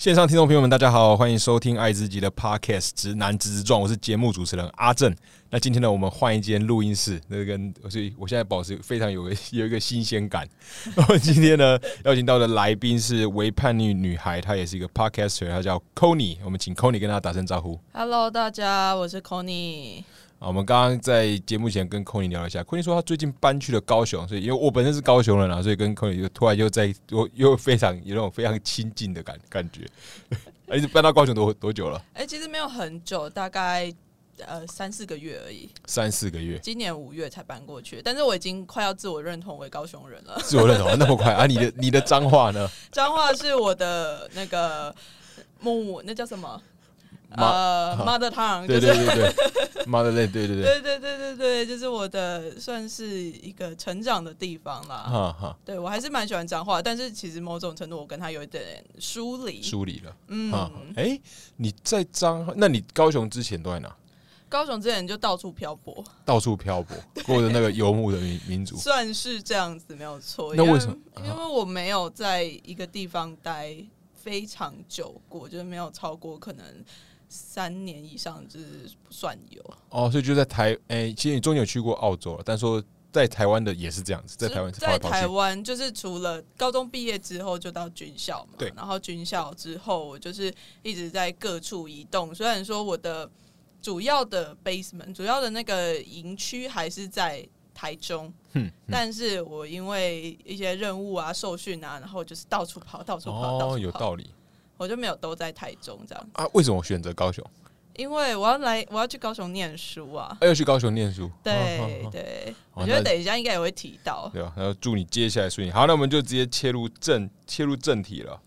线上听众朋友们，大家好，欢迎收听爱自己的 Podcast《直男直直撞》，我是节目主持人阿正。那今天呢，我们换一间录音室，所以我现在保持非常有一个新鲜感。然后今天呢，邀请到的来宾是微叛逆女孩，她也是一个 Podcaster， 她叫 Connie。我们请 Connie 跟大家打声招呼。 Hello， 大家，我是 Connie。 我们刚刚在节目前跟 Connie 聊了一下 ，Connie 说她最近搬去了高雄，所以因为我本身是高雄人啦，所以跟 Connie 突然又非常有那种非常亲近的感觉。一直搬到高雄多久了？ 其实没有很久，大概3-4个月而已。 3-4个月， 今年5月才搬过去，但是我已经快要自我认同为高雄人了。 自我认同那么快啊？你的彰化呢？ 彰化是我的那个那叫什么？Mother tongue， 对，Motherland， 对，就是我的算是一个成长的地方啦。对，我还是蛮喜欢彰化，但是其实某种程度我跟他有一点疏离了。 你在彰化，那你高雄之前都在哪？ 高雄之前就到处漂泊， 过着那个游牧的民族， 算是这样子没有错。 那为什么？ 因为我没有在一个地方待非常久过，就是没有超过可能3年以上，就是不算有。 所以就在其实你中间有去过澳洲了，但说在台湾的也是这样子，在台湾就是除了高中毕业之后就到军校嘛， 对， 然后军校之后我就是一直在各处移动。虽然说我的主要的 basement 主要的那个营区还是在台中，但是我因为一些任务啊、受训啊，然后就是到处跑， 有道理。 我就没有都在台中这样啊？为什么选择高雄？ 因为我要去高雄念书啊！ 要去高雄念书， 对，我觉得等一下应该也会提到， 对吧？然后祝你接下来顺利。好，那我们就直接切入正题了。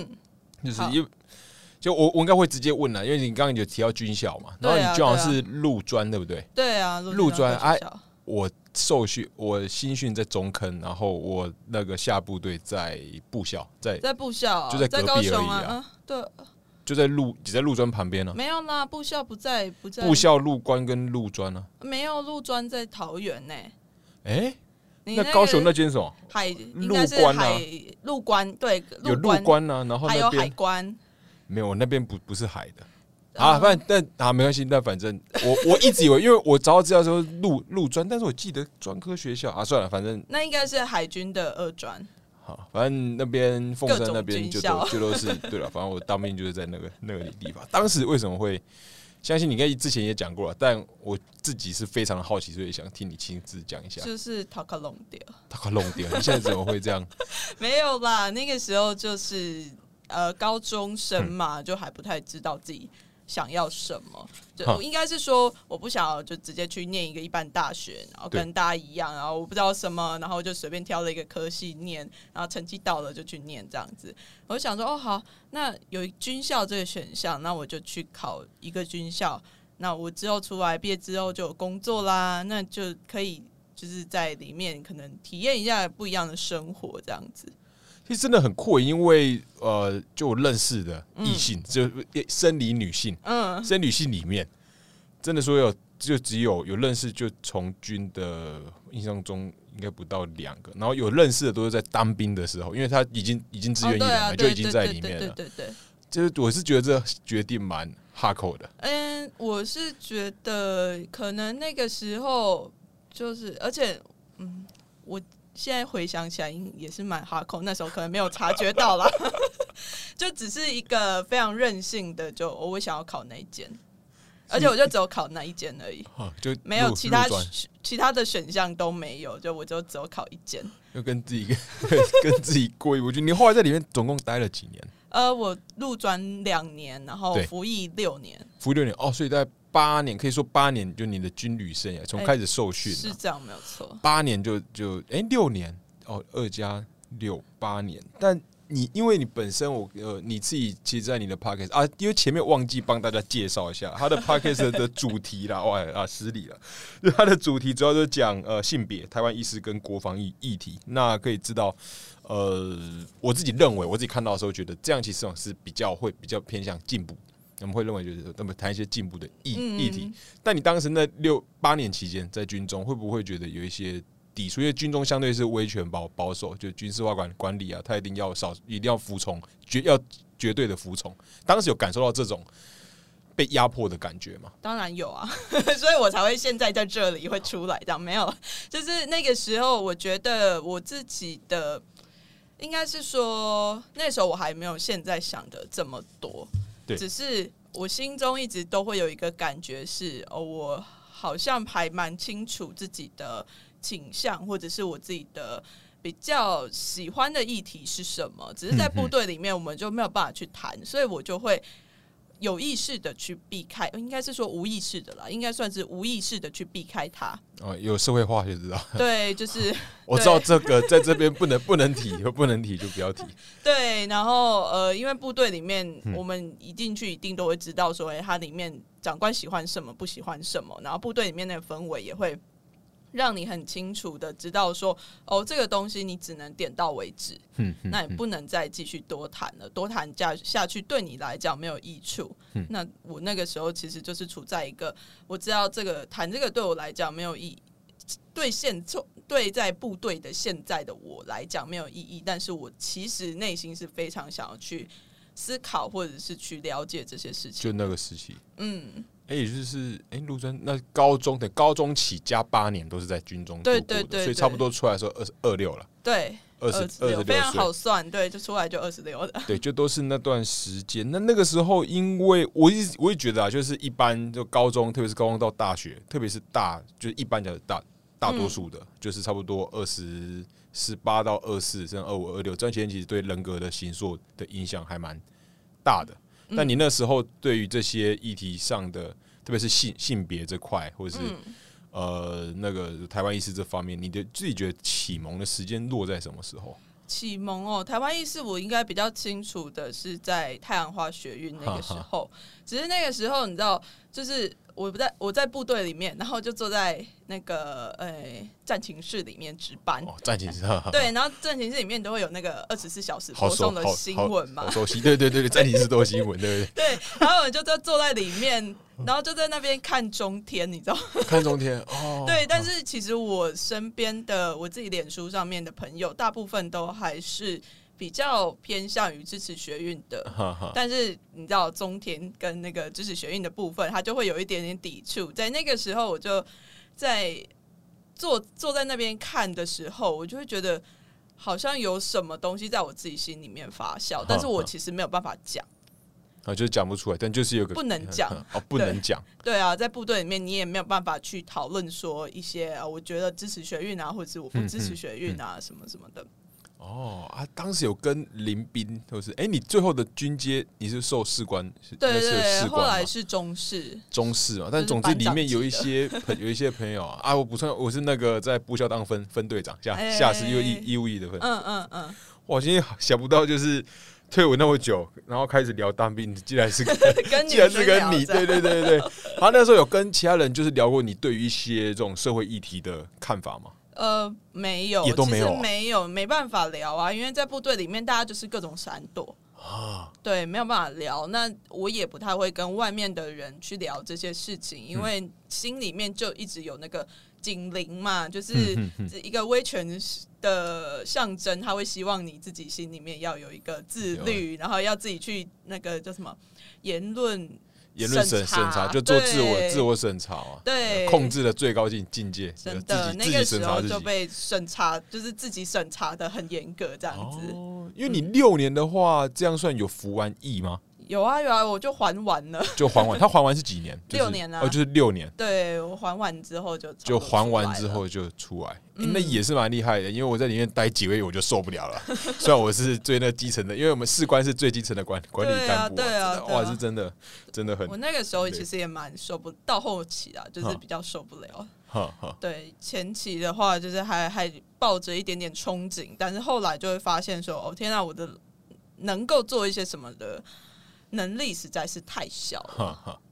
就我应该会直接问了，因为你刚刚有提到军校嘛，然后你就好像是陆专，对不对？ 对啊， 陆专我新训在中坑，然后我那个下部队在部校，在部校， 就在隔壁而已啊。 对， 就在陆专旁边呢。 没有啦，部校不在。 部校陆官跟陆专呢？ 没有，陆专在桃园呢。 那高雄那间什么？ 应该是陆官，对， 有陆官啊，然后还有海关。 没有，那边不是海的。没关系。但反正我一直以为，因为我找到资料说陆专，但是我记得专科学校算了，反正那应该是海军的2专。 好，反正那边凤山那边就都是对了。反正我当兵就是在那个地方。当时为什么会相信你？应该之前也讲过了，但我自己是非常的好奇，所以想听你亲自讲一下。 就是塔卡弄掉， 你现在怎么会这样？ 没有啦，那个时候就是高中生嘛，就还不太知道自己想要什么。就应该是说，我不想要就直接去念一个一般大学，然后跟大家一样，然后我不知道什么，然后就随便挑了一个科系念，然后成绩到了就去念这样子。我就想说，好，那有军校这个选项，那我就去考一个军校。那我之后出来毕业之后就有工作啦，那就可以就是在里面可能体验一下不一样的生活这样子。 其实真的很酷，因为就我认识的异性，就生理女性，生理性里面，真的说就只有认识，就从军的印象中应该不到2个，然后有认识的都是在当兵的时候，因为他已经自愿役了嘛，就已经在里面了。 对， 就是我是觉得这决定蛮哈扣的。 我是觉得可能那个时候就是，而且我现在回想起来也是蛮哈扣，那时候可能没有察觉到啦，就只是一个非常任性的，就我想要考那一间，而且我就只有考那一间而已，就没有其他的选项都没有，就我就只有考一间， 就跟自己过意不去。你后来在里面总共待了几年？ 我陆专2年，然后服役6年， 所以在8年，可以说8年就你的军旅生涯从开始受训， 是这样没有错。 8年就6年2+6，8年。但因为你本身你自己其实在你的 podcast 因为前面忘记帮大家介绍一下他的 podcast 的主题啦，失礼了。他的主题主要就是讲性别、台湾意识跟国防议题。那可以知道，我自己认为，我自己看到的时候觉得这样其实是比较偏向进步。我们会认为就是那么谈一些进步的议题。但你当时那8年期间在军中，会不会觉得有一些抵触，因为军中相对是威权保守，就军事化管理啊，他一定要服从，要绝对的服从。当时有感受到这种被压迫的感觉吗？ 当然有啊，所以我才会现在在这里会出来，这样没有，就是那个时候我觉得我自己的。应该是说，那时候我还没有现在想的这么多，只是我心中一直都会有一个感觉是，我好像还蛮清楚自己的倾向，或者是我自己的比较喜欢的议题是什么。只是在部队里面，我们就没有办法去谈，所以我就会有意识的去避开，应该是说无意识的啦，应该算是无意识的去避开它。 有社会化就知道。 对，就是我知道这个在这边不能提，不能提就不要提。 对，然后因为部队里面，我们一进去一定都会知道说，它里面长官喜欢什么，不喜欢什么，然后部队里面那个氛围也会让你很清楚的知道说，这个东西你只能点到为止，那也不能再继续多谈了，多谈下去对你来讲没有益处。那我那个时候其实就是处在一个我知道谈这个对我来讲没有意义，对在部队的现在的我来讲没有意义，但是我其实内心是非常想要去思考或者是去了解这些事情。 就那个时期，也就是陆专那高中起加8年都是在军中度过的，对，所以差不多出来的时候26了， 对，26非常好算，对，就出来就26的， 对，就都是那段时间。那个时候，因为我也觉得啊，就是一般就高中，特别是高中到大学，特别是就是一般的大多数的，就是差不多18到24，甚至25、26，这段期间其实对人格的形塑的影响还蛮大的。但你那时候对于这些议题上的，特别是性别这块，或者是那个台湾意识这方面，你自己觉得启蒙的时间落在什么时候？ 启蒙台湾意识我应该比较清楚的是在太阳花学运那个时候，只是那个时候你知道，就是我在部队里面，然后就坐在那个战情室里面值班。 战情室对，然后战情室里面都会有那个24小时播送的新闻嘛， 好熟悉，对，战情室都有新闻，对不对？ 对，然后我就坐在里面，然后就在那边看中天，你知道？ 看中天对，但是其实我身边的我自己脸书上面的朋友，大部分都还是比较偏向于支持学运的，但是你知道中天跟那个支持学运的部分，它就会有一点点抵触。在那个时候，我就在坐在那边看的时候，我就会觉得好像有什么东西在我自己心里面发酵，但是我其实没有办法讲。 就是讲不出来，但就是有个不能讲不能讲。 对啊，在部队里面你也没有办法去讨论说一些我觉得支持学运啊，或者是我不支持学运啊，什么什么的。 当时有跟林兵，或是你最后的军阶你是受士官， 对，后来是中士嘛。但总之里面有一些朋友我补充，我是那个在部校当分队长，下士又义务役的分。我今天想不到就是退伍那么久，然后开始聊当兵，竟然是跟你，对。他那时候有跟其他人就是聊过你对于一些这种社会议题的看法吗？ 没有， 也都没有， 其实没有，没办法聊啊，因为在部队里面大家就是各种闪躲对，没有办法聊。那我也不太会跟外面的人去聊这些事情，因为心里面就一直有那个警铃嘛，就是一个威权的象征，他会希望你自己心里面要有一个自律，然后要自己去那个叫什么言论审查， 就做自我审查对， 控制的最高境界。 真的，那个时候就被审查，就是自己审查的很严格，这样子。 因为你6年的话，这样算有服完役吗？ 有啊，我就还完了。 就还完，他还完是几年 ？6年啊。 就是6年。 对，我还完之后就还完之后就出来，那也是蛮厉害的。因为我在里面待几个月我就受不了了。虽然我是最那基层的，因为我们士官是最基层的管理干部。对啊，哇，是真的很。 我那个时候其实也蛮到后期啊，就是比较受不了。对，前期的话就是还抱着一点点憧憬，但是后来就会发现说，天啊，我的能够做一些什么的能力实在是太小了。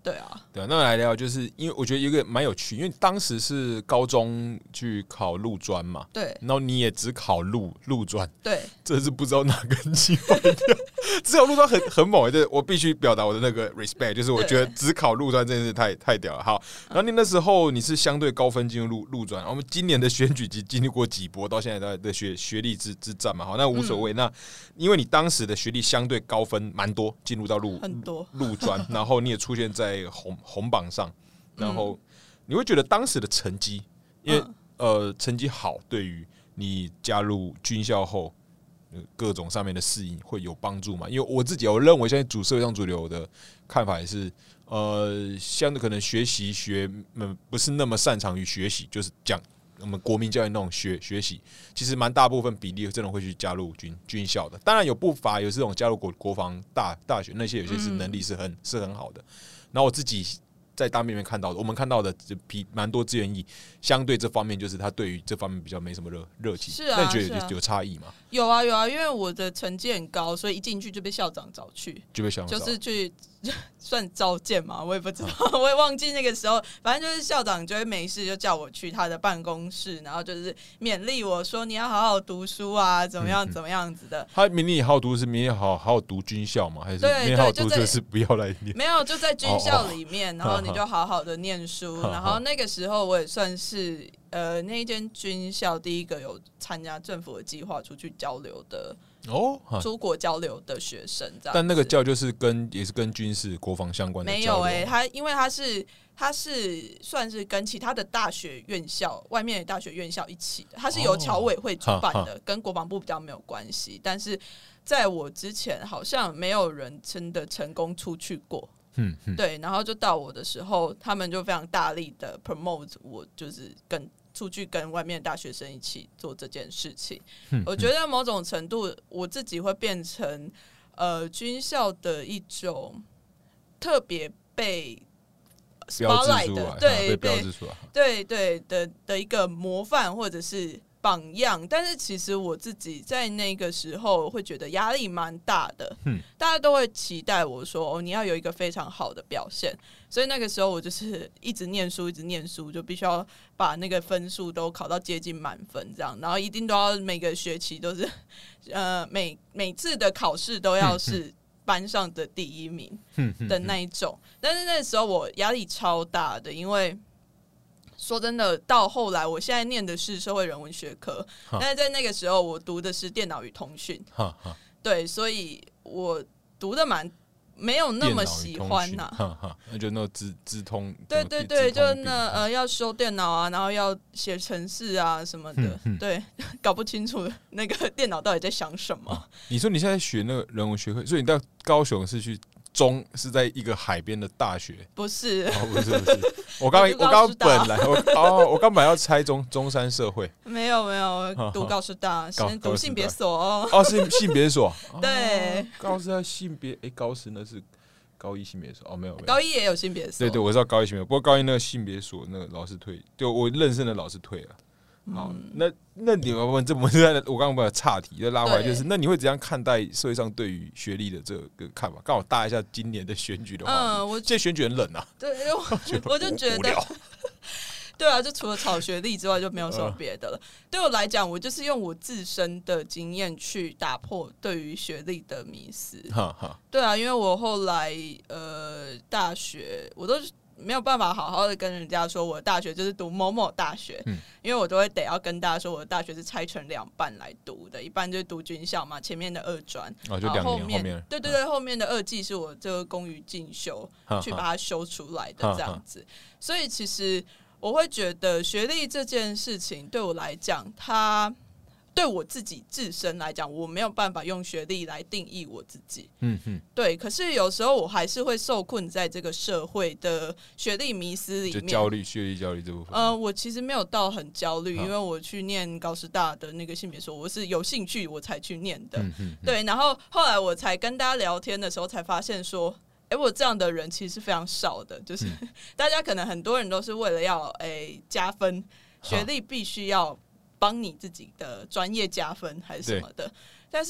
对啊， 对啊，那来聊就是因为我觉得有一个蛮有趣，因为当时是高中去考陆专嘛， 对， 然后你也只考陆专， 对， 这是不知道哪根筋坏掉，只有陆专很猛，对，我必须表达我的那个 respect， 就是我觉得只考陆专真的是太屌了。好，然后你那时候你是相对高分进入陆专，我们今年的选举经历过几波，到现在的学历之战嘛，好，那无所谓。那因为你当时的学历相对高分蛮多，进入到很多陆专，然后你也出现在红榜上，然后你会觉得当时的成绩，因为成绩好，对于你加入军校后各种上面的适应会有帮助嘛？因为我自己我认为现在社会上主流的看法也是，相对可能学习不是那么擅长于学习，就是讲我们国民教育那种学习，其实蛮大部分比例真的会去加入军校的。当然有不乏有这种加入国防大学，那些有些是能力是很好的。然后我自己在当面看到的，我们看到的蛮多志愿役，相对这方面就是他对于这方面比较没什么热情。 是啊， 那你觉得有差异吗？ 有啊，因为我的成绩很高，所以一进去就被校长找去，就是去算召见嘛，我也不知道，我也忘记那个时候，反正就是校长就会没事就叫我去他的办公室，然后就是勉励我说你要好好读书啊，怎么样子的。 他勉励你好好读是勉励好好读军校吗？还是勉励好好读就是不要来念？ 没有，就在军校里面，然后你就好好的念书。然后那个时候我也算是那一间军校第一个有参加政府的计划出去交流的。出国交流的学生这样， 但那个教就是也是跟军事国防相关的交流。 没有他因为他是算是跟其他的大学院校外面的大学院校一起的，他是由侨委会主办的，跟国防部比较没有关系。但是在我之前好像没有人真的成功出去过。对，然后就到我的时候，他们就非常大力的 promote 我，就是出去跟外面的大学生一起做这件事情。我觉得某种程度我自己会变成军校的一种特别被 spotlight 的，对， 标志出来， 对的一个模范或者是榜样。但是其实我自己在那个时候会觉得压力蛮大的，大家都会期待我说你要有一个非常好的表现，所以那个时候我就是一直念书，就必须要把那个分数都考到接近满分这样，然后一定都要每个学期都是每次的考试都要是班上的第一名的那一种。但是那时候我压力超大的，因为说真的，到后来我现在念的是社会人文学科，但是在那个时候我读的是电脑与通讯，对，所以我读的没有那么喜欢呐， 那就那资通， 对，就要修电脑啊，然后要写程式啊什么的，对，搞不清楚那个电脑到底在想什么。 你说你现在学那个人文学科，所以你到高雄是是在一个海边的大学？ 不是， 不是，我刚本来要猜中山社会， 没有，读高师大，先读性别所是性别所， 对， 高师大性别，高师那是高一性别所没有， 高一也有性别所， 对，我知道高一性别，不过高一那个性别所那个老师退，就我认识的老师退了。好，那你们问这，我刚刚把岔题就拉回来，就是那你会怎样看待社会上对于学历的这个看法？刚好搭一下今年的选举的话题，这选举很冷啊。 对，我就觉得，对啊，就除了炒学历之外，就没有什么别的了。对我来讲，我就是用我自身的经验去打破对于学历的迷思。对啊，因为我后来大学我都没有办法好好的跟人家说我的大学就是读某某大学，因为我都会得要跟大家说我的大学是拆成2半来读的，一半就是读军校嘛，前面的2专， 就2年后面， 对，后面的2技是我这个公余进修去把它修出来的这样子，所以其实我会觉得学历这件事情对我来讲，它对我自己自身来讲，我没有办法用学历来定义我自己。对。可是有时候我还是会受困在这个社会的学历迷思里面， 就学历焦虑这部分。 我其实没有到很焦虑，因为我去念高师大的那个性别所，我是有兴趣我才去念的。对。然后后来我才跟大家聊天的时候，才发现说，我这样的人其实是非常少的，就是大家可能很多人都是为了要加分，学历必须要帮你自己的专业加分还是什么的，但是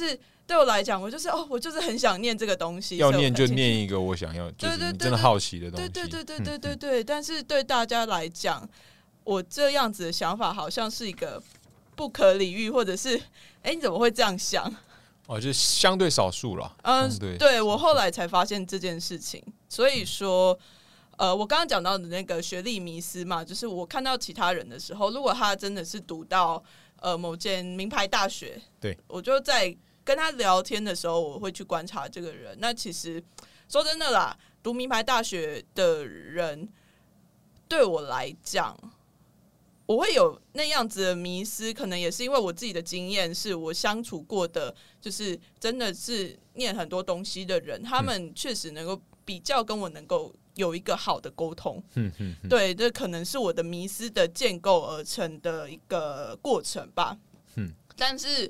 对我来讲，我就是我就是很想念这个东西， 要念就念一个我想要，就是你真的好奇的东西。 对。但是对大家来讲，我这样子的想法好像是一个不可理喻，或者是你怎么会这样想？ 就是相对少数啦。 对我后来才发现这件事情，所以说。我刚刚讲到的那个学历迷思嘛，就是我看到其他人的时候，如果他真的是读到某间名牌大学， 对， 我就在跟他聊天的时候，我会去观察这个人。那其实说真的啦，读名牌大学的人对我来讲，我会有那样子的迷思，可能也是因为我自己的经验，是我相处过的，就是真的是念很多东西的人，他们确实能够比较跟我能够有一个好的沟通。对，这可能是我的迷思的建构而成的一个过程吧。但是，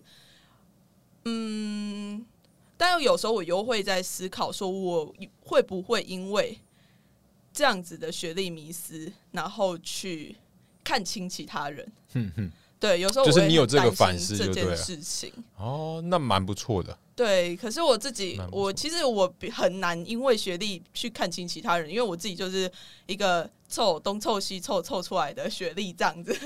但有时候我又会在思考，说我会不会因为这样子的学历迷思，然后去看清其他人。对，有时候我就是你有这个反思就对了， 这件事情。 那蛮不错的。 对，可是我自己，其实我很难因为学历去看清其他人，因为我自己就是一个东凑西凑出来的学历这样子。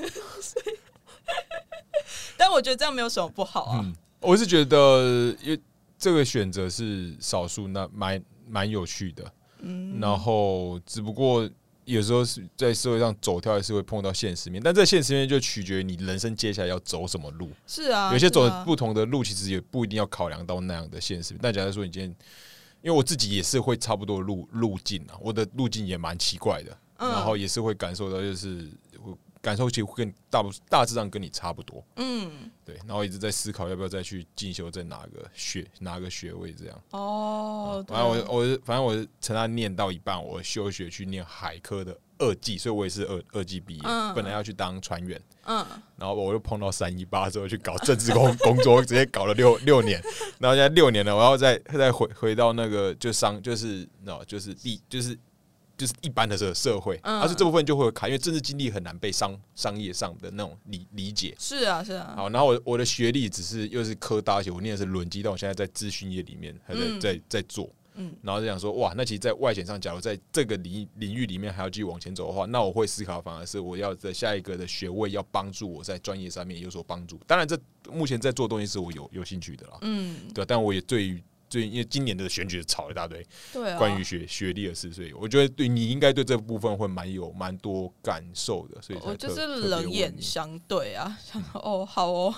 但我觉得这样没有什么不好啊。 我是觉得，因为这个选择是少数，那蛮有趣的。然后只不过有时候是在社会上走跳，还是会碰到现实面，但这现实面就取决于你人生接下来要走什么路。 是啊， 有些走不同的路，其实也不一定要考量到那样的现实面。但假如说你今天，因为我自己也是会差不多路径啊，我的路径也蛮奇怪的，然后也是会感受到，就是感受其实跟大致上跟你差不多。对，然后一直在思考要不要再去进修，在拿个学位这样。反正我成大念到一半，我休学去念海科的2技，所以我也是二技毕业。本来要去当船员，然后我又碰到318之后去搞政治工作，直接搞了6年，然后现在6年了，我要再回到那个就是一般的社会，而且这部分就会有卡，因为政治经历很难被商业上的那种理解。 是啊。 好，然后我的学历又是科大学，我念的是轮机，但我现在在资讯业里面还在做。然后就想说，哇，那其实，在外显上，假如在这个领域里面还要继续往前走的话，那我会思考，反而是我要在下一个的学位要帮助我在专业上面有所帮助。当然，这目前在做的东西是我有兴趣的啦。对，但我也对于。因为今年的选举吵一大堆，关于学历的事，所以我觉得你应该对这部分会蛮多感受的，所以我就是冷眼相对啊，好哦，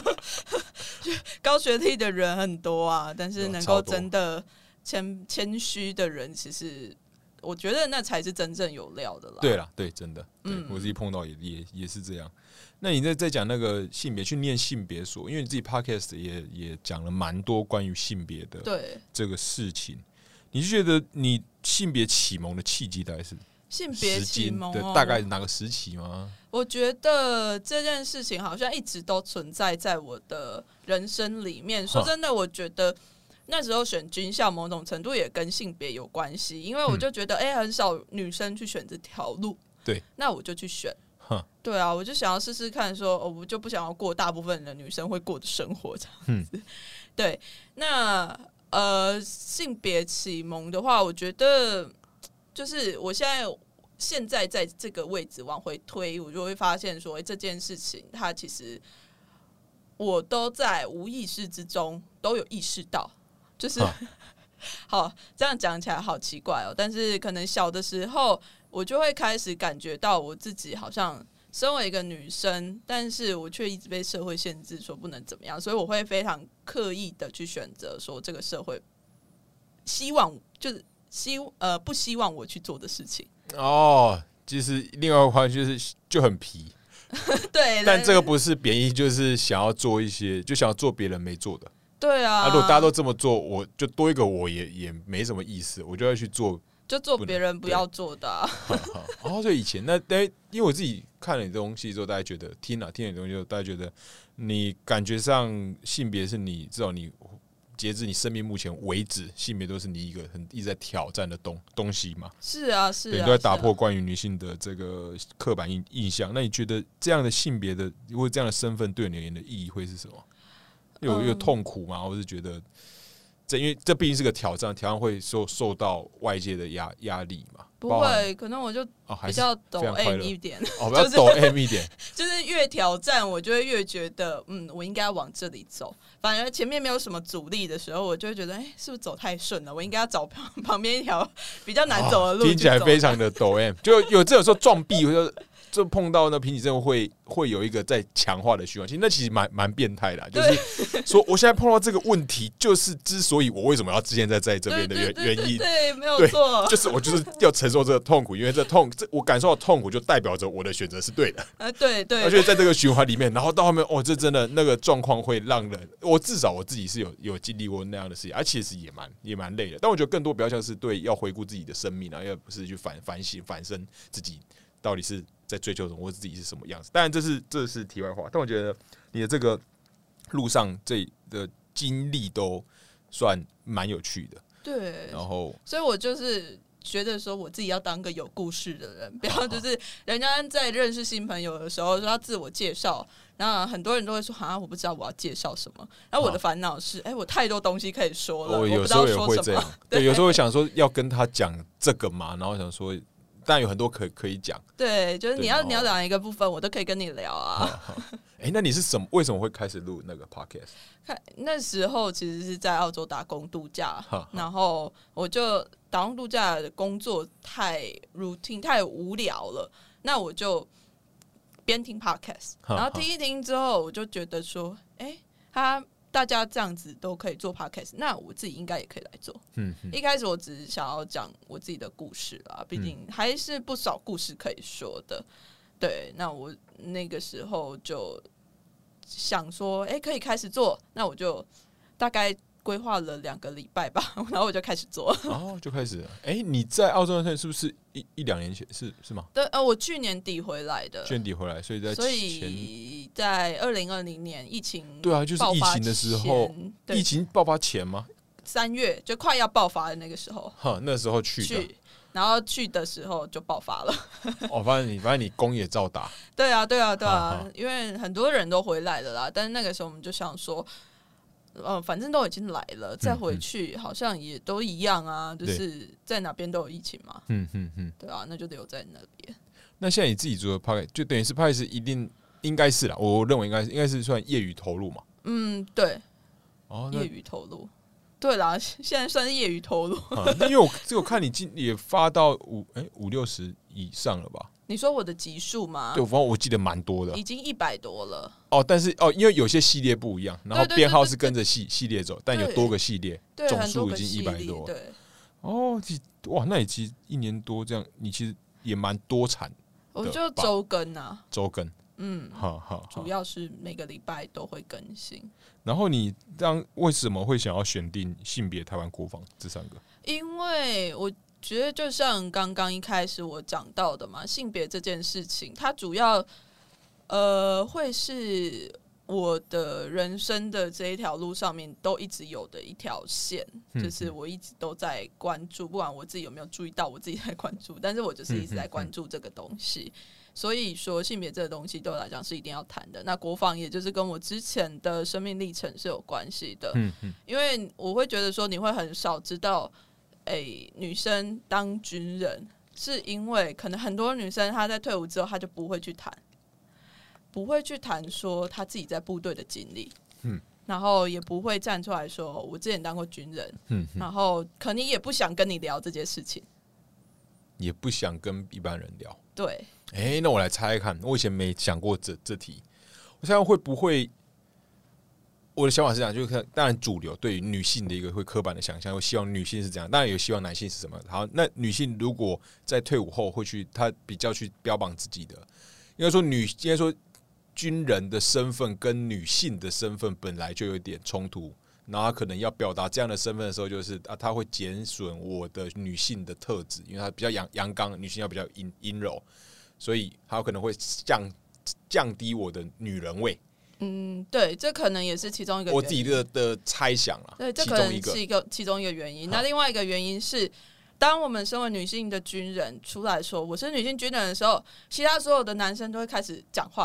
高学历的人很多啊，但是能够真的谦虚的人，其实我觉得那才是真正有料的啦。 对啦，对，真的，我自己碰到也是这样。那你在讲那个性别，去念性别所，因为你自己 podcast 也讲了蛮多关于性别的这个事情，你就觉得你性别启蒙的契机大概是性别启蒙大概哪个时期吗？ 我觉得这件事情好像一直都存在在我的人生里面。说真的，我觉得那时候选军校某种程度也跟性别有关系，因为我就觉得很少女生去选这条路， 对， 那我就去选。对啊，我就想要试试看说，我就不想要过大部分的女生会过的生活这样子。对，那性别启蒙的话，我觉得就是我现在在这个位置往回推，我就会发现说，这件事情它其实我都在无意识之中都有意识到，就是好这样讲起来好奇怪哦，但是可能小的时候。我就会开始感觉到我自己好像身为一个女生，但是我却一直被社会限制，说不能怎么样，所以我会非常刻意的去选择说这个社会希望就是不希望我去做的事情。 就是另外一块就很皮， 对， 但这个不是贬义，就是想要做一些，就想要做别人没做的。 对啊， 如果大家都这么做，我就多一个我也没什么意思，我就要去做。 就做别人不要做的、啊。 所以以前因为我自己看了你的东西之后，大家觉得听了你的东西之后，大家觉得你感觉上性别是你至少你截至你生命目前为止，性别都是你一个一直在挑战的东西嘛。 是啊， 你都在打破关于女性的这个刻板印象。那你觉得这样的性别的或者这样的身份对你而言的意义会是什么？ 有痛苦吗？或是觉得因为这毕竟是个挑战会受到外界的压力嘛？ 不会，可能我就比较抖 M 一点， 比较抖 M 一点， 就是越挑战我就会越觉得，我应该要往这里走。反而前面没有什么阻力的时候，我就会觉得，是不是走太顺了？我应该要找旁边一条比较难走的路。 听起来非常的抖 M， 就有时候撞壁，就碰到那瓶颈症会有一个在强化的循环，其实那其实蛮变态的，就是说我现在碰到这个问题，就是之所以我为什么要之前在这边的原因， 对，没有错， 就是我就是要承受这个痛苦，因为我感受到痛苦，就代表着我的选择是对的， 对， 而且在这个循环里面，然后到后面，这真的那个状况会让人，至少我自己是有经历过那样的事情，其实也蛮累的，但我觉得更多比较像是对要回顾自己的生命，而不是去反省反省自己到底是在追求什么，或自己是什么样子。当然这是题外话，但我觉得你的这个路上这的经历都算蛮有趣的。 对， 然后所以我就是觉得说我自己要当个有故事的人，不要就是人家在认识新朋友的时候说要自我介绍，然后很多人都会说我不知道我要介绍什么。然后我的烦恼是，我太多东西可以说了，我有时候也会这样。对，有时候会想说要跟他讲这个嘛，然后想说。但有很多可以讲， 对，就是你要讲一个部分，我都可以跟你聊啊。 那你是为什么会开始录那个 podcast？ 那时候其实是在澳洲打工度假，然后我就打工度假的工作太 routine 太无聊了，那我就边听 podcast， 然后听一听之后，我就觉得说，大家这样子都可以做 podcast， 那我自己应该也可以来做。一开始我只是想要讲我自己的故事啦，毕竟还是不少故事可以说的。对，那我那个时候就想说，可以开始做，那我就大概规划了2个礼拜吧，然后我就开始做， 就开始了。你在澳洲那是不是1-2年前是吗？ 对，我去年底回来的， 去年底回来，所以在2020年疫情对啊，就是疫情的时候，疫情爆发前吗 ？3月就快要爆发的那个时候， 那时候去的。 然后去的时候就爆发了。 反正你工也照打。 对啊，因为很多人都回来了啦。但是那个时候我们就想说，反正都已经来了，再回去好像也都一样啊，就是在哪边都有疫情嘛。对啊，那就留在那边。 那现在你自己做的 podcast 就等于是 podcast 应该是啦，我认为应该是算业余投入嘛。 对。业余投入。对啦，现在算是业余投入。 因为我看你也发到50-60以上了吧？ 你说我的集数吗？ 对，反正我记得蛮多的， 已经100多了。 但是因为有些系列不一样，然后编号是跟着系列走，但有多个系列，总数已经100多。 对， 哇，那你其实1年多这样，你其实也蛮多产的。 我就周更啊， 周更。 主要是每个礼拜都会更新。 然后你为什么会想要选定性别、台湾国防这3个？ 因为我觉得就像刚刚一开始我讲到的嘛，性别这件事情，它主要会是我的人生的这一条路上面都一直有的一条线，就是我一直都在关注，不管我自己有没有注意到，我自己在关注，但是我就是一直在关注这个东西。所以说性别这个东西对我来讲是一定要谈的。那国防也就是跟我之前的生命历程是有关系的。因为我会觉得说你会很少知道女生当军人，是因为可能很多女生她在退伍之后她就不会去谈说她自己在部队的经历。然后也不会站出来说我之前当过军人。然后可能也不想跟你聊这件事情， 也不想跟一般人聊。 对。 那我来猜看，我以前没想过这题。我想会不会，我的想法是这样，就是当然主流对于女性的一个会刻板的想象，会希望女性是这样，当然有希望男性是什么。好，那女性如果在退伍后会她比较去标榜自己的，应该说军人的身份跟女性的身份本来就有点冲突。然后他可能要表达这样的身份的时候，就是他会减损我的女性的特质，因为他比较阳刚，女性要比较阴柔，所以他有可能会降低我的女人味。 对，这可能也是其中一个原因， 我自己的猜想啦。 对，这可能是其中一个原因。那另外一个原因是，当我们身为女性的军人出来说我是女性军人的时候，其他所有的男生都会开始讲话。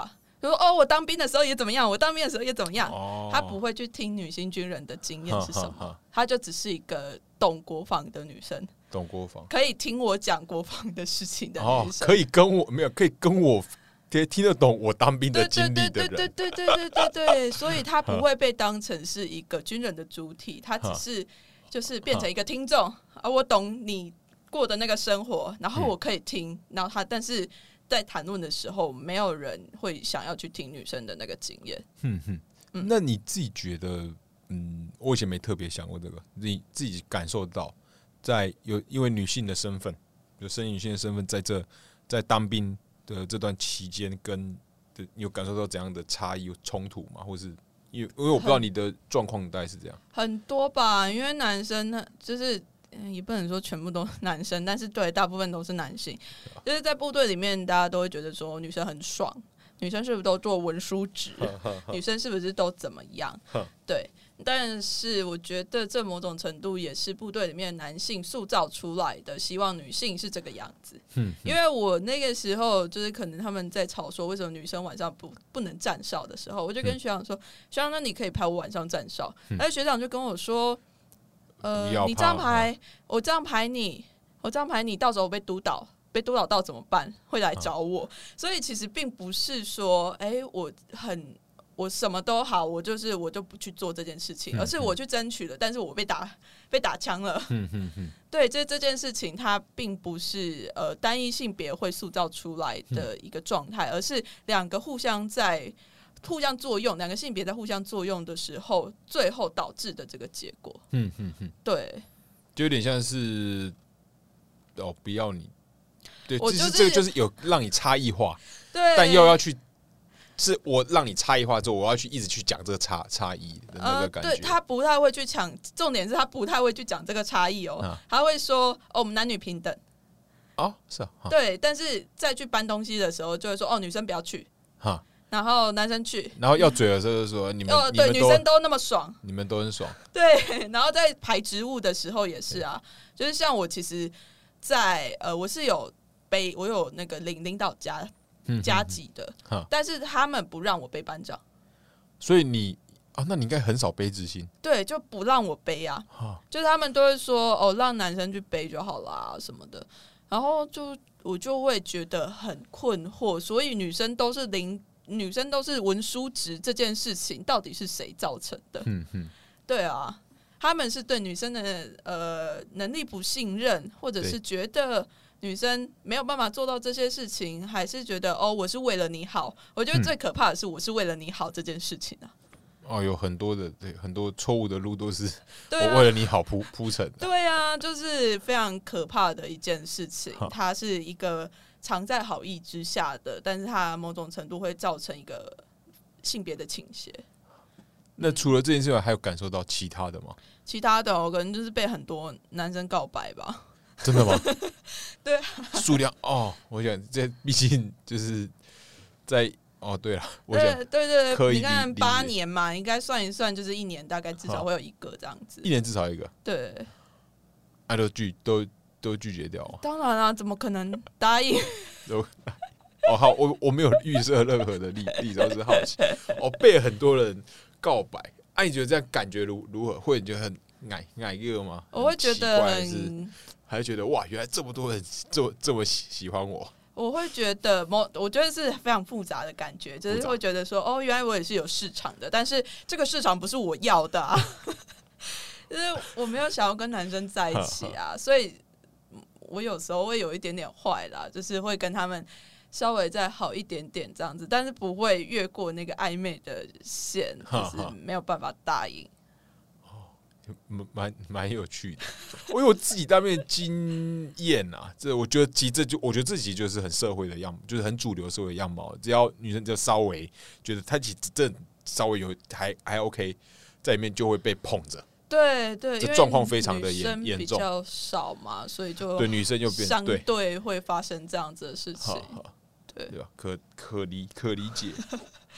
就说哦，我当兵的时候也怎么样，我当兵的时候也怎么样。他不会去听女性军人的经验是什么，他就只是一个懂国防的女生， 懂国防， 可以听我讲国防的事情的女生， 可以跟我听得懂我当兵的经历的人， 对，所以他不会被当成是一个军人的主体，他只是就是变成一个听众啊，我懂你过的那个生活，然后我可以听，然后但是在谈论的时候，没有人会想要去听女生的那个经验。 那你自己觉得，我以前没特别想过这个，你自己感受到，因为女性的身份，有生女性的身份，在当兵的这段期间，你有感受到怎样的差异冲突吗？或是因为我不知道你的状况大概是这样， 很多吧，因为男生呢，就是也不能说全部都是男生，但是对，大部分都是男性。就是在部队里面，大家都会觉得说女生很爽，女生是不是都做文书职？女生是不是都怎么样？对。但是我觉得这某种程度也是部队里面男性塑造出来的，希望女性是这个样子。因为我那个时候就是可能他们在吵说为什么女生晚上不能站哨的时候，我就跟学长说，学长，那你可以排我晚上站哨。但是学长就跟我说，你这样排，我这样排你，到时候被督导到怎么办？会来找我。所以其实并不是说，我什么都好，我就不去做这件事情，而是我去争取了，但是我被打枪了。对，这件事情它并不是单一性别会塑造出来的一个状态，而是两个互相作用，两个性别在互相作用的时候，最后导致的这个结果。对， 就有点像是不要你，对， 这个就是有让你差异化， 对， 但又要去。是我让你差异化之后，我要一直去讲这个差异的那个感觉。 对，他不太会去讲，重点是他不太会去讲这个差异哦。他会说我们男女平等。 是啊。 对，但是再去搬东西的时候，就会说女生不要去，然后男生去。 然后要嘴的时候就说你们对女生都那么爽， 你们都很爽。 对，然后在排职务的时候也是啊，就是像我其实在我是有我有那个领导加级的，但是他们不让我背班长， 所以那你应该很少背执行， 对，就不让我背啊，就是他们都会说让男生去背就好啦什么的，然后我就会觉得很困惑，所以女生都是文书职这件事情到底是谁造成的？对啊，他们是对女生的能力不信任，或者是觉得女生没有办法做到这些事情，还是觉得我是为了你好？我觉得最可怕的是我是为了你好这件事情啊。 有很多很多错误的路都是我为了你好铺成的。 对啊，就是非常可怕的一件事情。它是一个藏在好意之下的，但是它某种程度会造成一个性别的倾斜。 那除了这件事外，还有感受到其他的吗？ 其他的可能就是被很多男生告白吧。 真的吗？ 对， 数量我想这毕竟就是在对了，我想对，你看8年嘛，应该算一算，就是1年大概至少会有一个这样子 ，1年至少一个， 对， 都拒绝掉， 当然啦，怎么可能答应？ 好，我没有预设任何的例子，我只是好奇，被很多人告白，你觉得这样感觉如何？会觉得很矮个吗？ 我会觉得还是觉得哇，原来这么多人这么喜欢我。 我会觉得我觉得是非常复杂的感觉，就是会觉得说原来我也是有市场的，但是这个市场不是我要的啊，就是我没有想要跟男生在一起啊，所以我有时候会有一点点坏啦，就是会跟他们稍微再好一点点这样子，但是不会越过那个暧昧的线，就是没有办法答应。 蛮有趣的，我有自己当面经验啊，我觉得我觉得自己就是很社会的样貌，就是很主流社会的样貌。只要女生就稍微觉得她其实真的稍微有还 OK， 在里面就会被捧着。 对， 这状况非常的严重， 比较少嘛，所以就对女生就相对会发生这样子的事情， 对吧？可理解。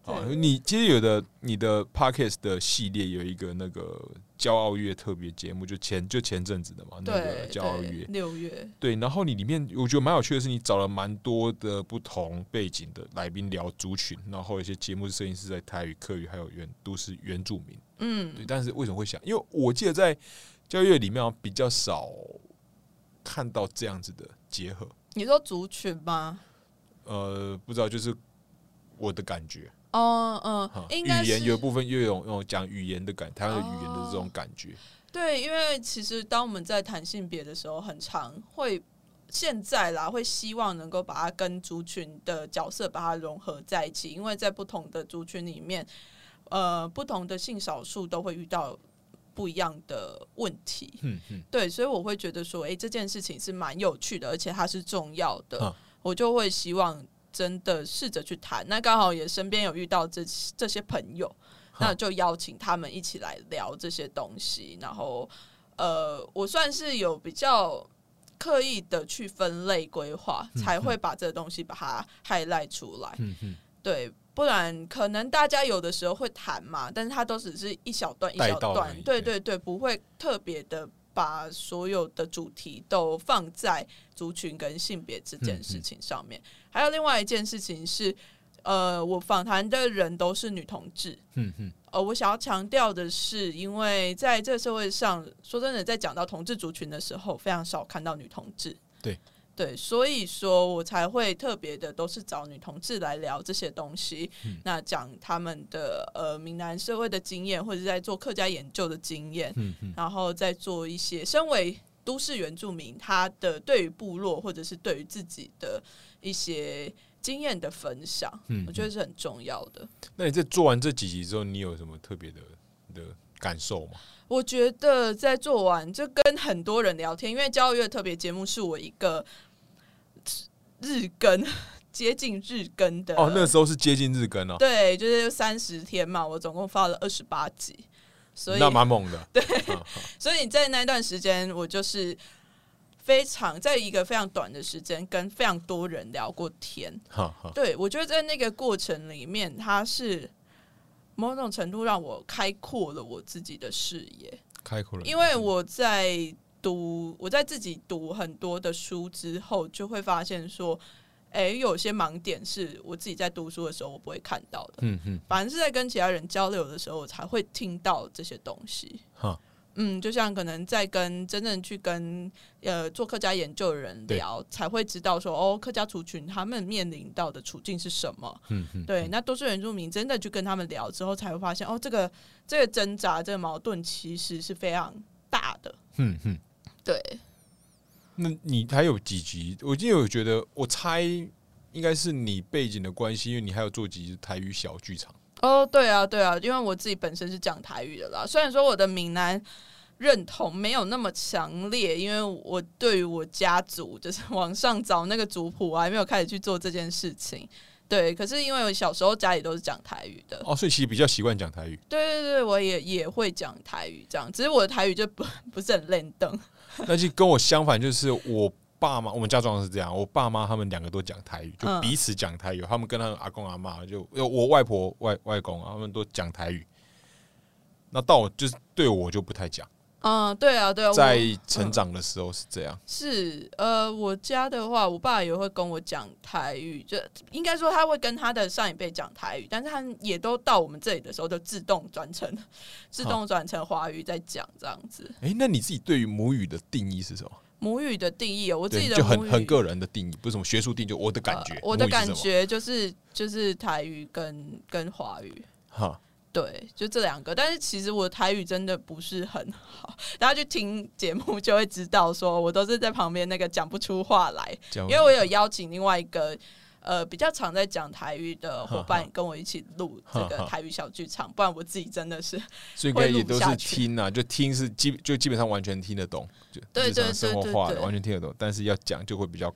你其实你的 podcast 的系列有一个那个骄傲月特别节目，就前阵子的嘛，那个骄傲月 6月， 对，然后你里面我觉得蛮有趣的是，你找了蛮多的不同背景的来宾聊族群，然后有些节目是摄影师在台语、客语，还有都市原住民，对。但是为什么会想？因为我记得在骄傲月里面比较少看到这样子的结合。 你说族群吗？ 不知道，就是我的感觉。 应该是语言有部分又有讲语言的台湾的语言的这种感觉。 对，因为其实当我们在谈性别的时候，很常会现在啦，会希望能够把它跟族群的角色把它融合在一起，因为在不同的族群里面，不同的性少数都会遇到不一样的问题。对，所以我会觉得说，这件事情是蛮有趣的，而且它是重要的，我就会希望真的试着去谈。那刚好也身边有遇到这些朋友，那就邀请他们一起来聊这些东西。然后我算是有比较刻意的去分类规划，才会把这个东西把它 highlight 出来。对，不然可能大家有的时候会谈嘛，但是它都只是一小段一小段，对，不会特别的把所有的主题都放在族群跟性别这件事情上面。还有另外一件事情是，我访谈的人都是女同志。我想要强调的是，因为在这个社会上，说真的，在讲到同志族群的时候，非常少看到女同志。对，所以说我才会特别的都是找女同志来聊这些东西，那讲他们的闽南社会的经验，或者在做客家研究的经验，然后再做一些身为都市原住民他的对于部落或者是对于自己的一些经验的分享，我觉得是很重要的。 那你在做完这几集之后，你有什么特别的感受吗？ 我觉得在做完就跟很多人聊天，因为骄傲月特别节目是我一个日更接近日更的那时候是接近日更哦。 对，就是30天嘛，我总共发了28集，所以那蛮猛的。 对，所以在那段时间，我就是在一个非常短的时间，跟非常多人聊过天。对，我觉得在那个过程里面，它是某种程度让我开阔了我自己的视野，因为我在自己读很多的书之后，就会发现说，有些盲点是我自己在读书的时候我不会看到的。反正是在跟其他人交流的时候，我才会听到这些东西。就像可能在真正去跟做客家研究的人聊，才会知道说客家族群他们面临到的处境是什么。对，那都市原住民真的去跟他们聊之后，才会发现这个挣扎、这个矛盾其实是非常大的。对。 那你还有几集？我今天有觉得，我猜应该是你背景的关系，因为你还有做几集台语小剧场。 对啊，因为我自己本身是讲台语的啦。虽然说我的闽南认同没有那么强烈，因为我对于我家族就是往上找那个族谱，我还没有开始去做这件事情。对，可是因为我小时候家里都是讲台语的， 所以其实比较习惯讲台语。 对，我也会讲台语，这样，只是我的台语就不是很练登。 那就跟我相反，就是我爸妈，我们家状况是这样，我爸妈他们两个都讲台语，就彼此讲台语。他们跟他们阿公阿嬷，就我外婆外公他们都讲台语。那到我就是对我就不太讲。 对啊， 在成长的时候是这样。 是我家的话，我爸也会跟我讲台语，就应该说他会跟他的上一辈讲台语，但是他也都到我们这里的时候就自动转成华语在讲这样子。 那你自己对于母语的定义是什么？ 母语的定义我自己的就很个人的定义，不是什么学术定义，就我的感觉。 我的感觉就是台语跟华语。对，就这两个，但是其实我的台语真的不是很好，大家去听节目就会知道，说我都是在旁边那个讲不出话来，因为我有邀请另外一个比较常在讲台语的伙伴跟我一起录这个台语小剧场，不然我自己真的是所以应该也都是听啊，就听是基本上完全听得懂，就日常生活化的完全听得懂，但是要讲就会比较卡。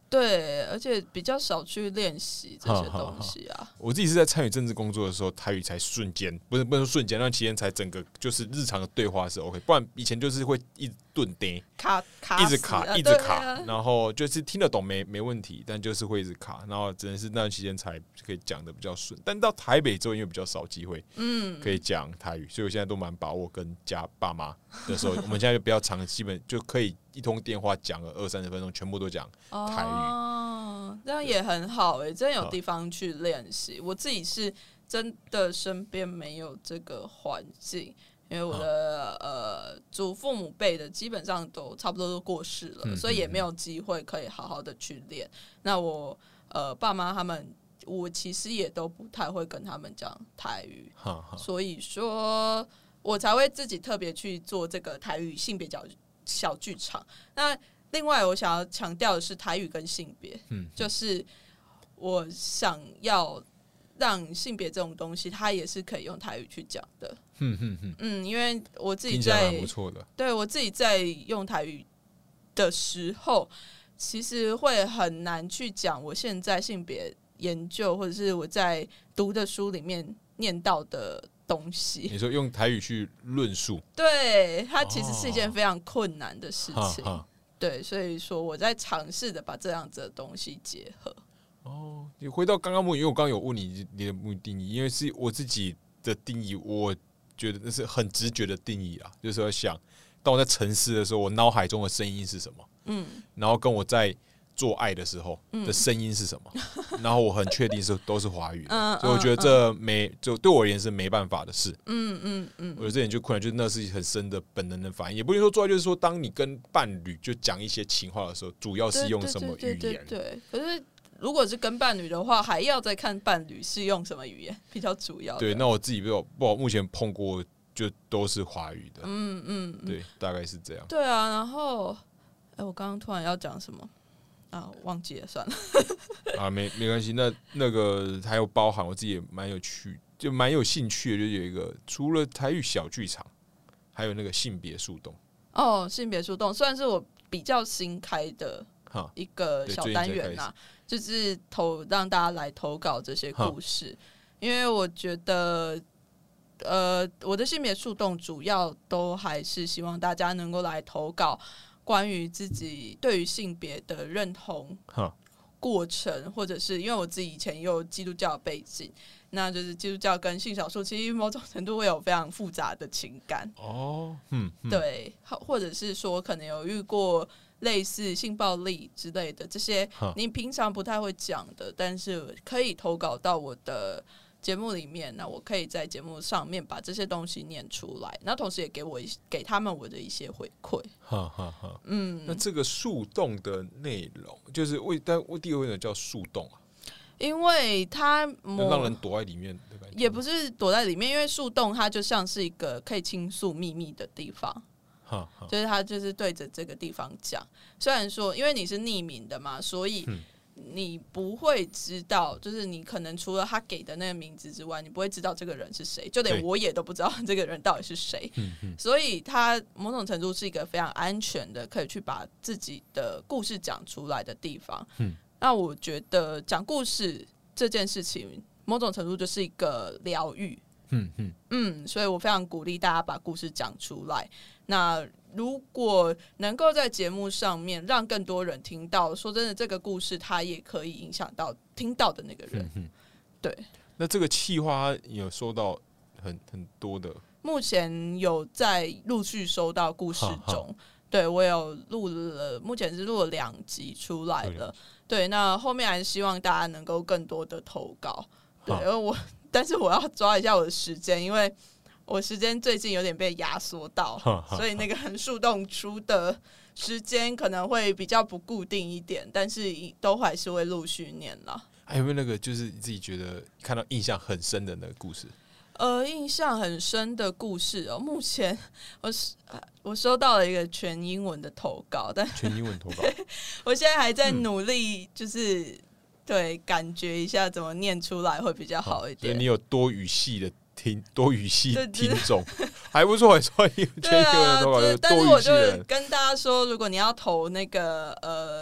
对，而且比较少去练习这些东西啊。 我自己是在参与政治工作的时候，台语才瞬间，不能说瞬间，那期间才整个就是日常的对话是 OK， 不然以前就是会一直顿呆，一直卡，一直卡，然后就是听得懂没问题，但就是会一直卡，然后只能是那段期间才可以讲的比较顺。但到台北之后，因为比较少机会，可以讲台语，所以我现在都蛮把握跟家爸妈的时候，我们现在就比较长，基本就可以一通电话讲了20-30分钟，全部都讲台语， 这样也很好真有地方去练习。我自己是真的身边没有这个环境。因为我的祖父母辈的基本上都差不多都过世了，所以也没有机会可以好好的去练。那我爸妈他们，我其实也都不太会跟他们讲台语，所以说我才会自己特别去做这个台语性别小剧场。那另外我想要强调的是台语跟性别，就是我想要让性别这种东西，它也是可以用台语去讲的。因为我自己在不错的， 对我自己在用台语的时候，其实会很难去讲我现在性别研究或者是我在读的书里面念到的东西。 你说用台语去论述， 对，它其实是一件非常困难的事情。对，所以说我在尝试的把这样子的东西结合。 你回到刚刚因为我刚刚有问你的目的定义，因为是我自己的定义，我觉得那是很直觉的定义啦，就是说想，当我在沉思的时候，我脑海中的声音是什么？然后跟我在做爱的时候的声音是什么？然后我很确定都是华语的，所以我觉得就对我而言是没办法的事。我觉得这点就困难，就是那是很深的本能的反应，也不能说做爱，就是说当你跟伴侣就讲一些情话的时候，主要是用什么语言？ 对，可是。如果是跟伴侣的话，还要再看伴侣是用什么语言比较主要的。 对，那我自己不目前碰过就都是华语的。对，大概是这样。 对啊，然后，我刚刚突然要讲什么啊？忘记了，算了。 没关系。那个还有包含我自己也蛮有趣，就蛮有兴趣的，就有一个除了台语小剧场，还有那个性别树洞。 性别树洞算是我比较新开的一个小单元啦。就是让大家来投稿这些故事，因为我觉得，我的性别树洞主要都还是希望大家能够来投稿关于自己对于性别的认同过程，或者是因为我自己以前也有基督教的背景，那就是基督教跟性少数其实某种程度会有非常复杂的情感对，或者是说可能有遇过。类似性暴力之类的这些，你平常不太会讲的，但是可以投稿到我的节目里面。那我可以在节目上面把这些东西念出来，那同时也给他们我的一些回馈。 那这个树洞的内容，就是但第二个叫树洞啊， 因为它让人躲在里面的感觉， 也不是躲在里面，因为树洞它就像是一个可以倾诉秘密的地方。就是他就是对着这个地方讲，虽然说因为你是匿名的嘛，所以你不会知道，就是你可能除了他给的那个名字之外，你不会知道这个人是谁，就连我也都不知道这个人到底是谁。所以他某种程度是一个非常安全的，可以去把自己的故事讲出来的地方。那我觉得讲故事这件事情，某种程度就是一个疗愈。所以我非常鼓励大家把故事讲出来。那如果能够在节目上面让更多人听到，说真的，这个故事它也可以影响到听到的那个人。对。 那这个企划有收到很多的， 目前有在陆续收到故事中。对，我有录了，目前是录了2集出来了。对，那后面还是希望大家能够更多的投稿。对，因为但是我要抓一下我的时间，因为我时间最近有点被压缩到，所以那个树洞出的时间可能会比较不固定一点，但是都还是会陆续念啦。 还有没有那个就是你自己觉得看到印象很深的那个故事？ 印象很深的故事目前我收到了一个全英文的投稿，但全英文投稿， 我现在还在努力，就是对感觉一下怎么念出来会比较好一点。 所以你有多语系听众，还不错，所以全英文的投稿， 但是我就跟大家说，如果你要投那个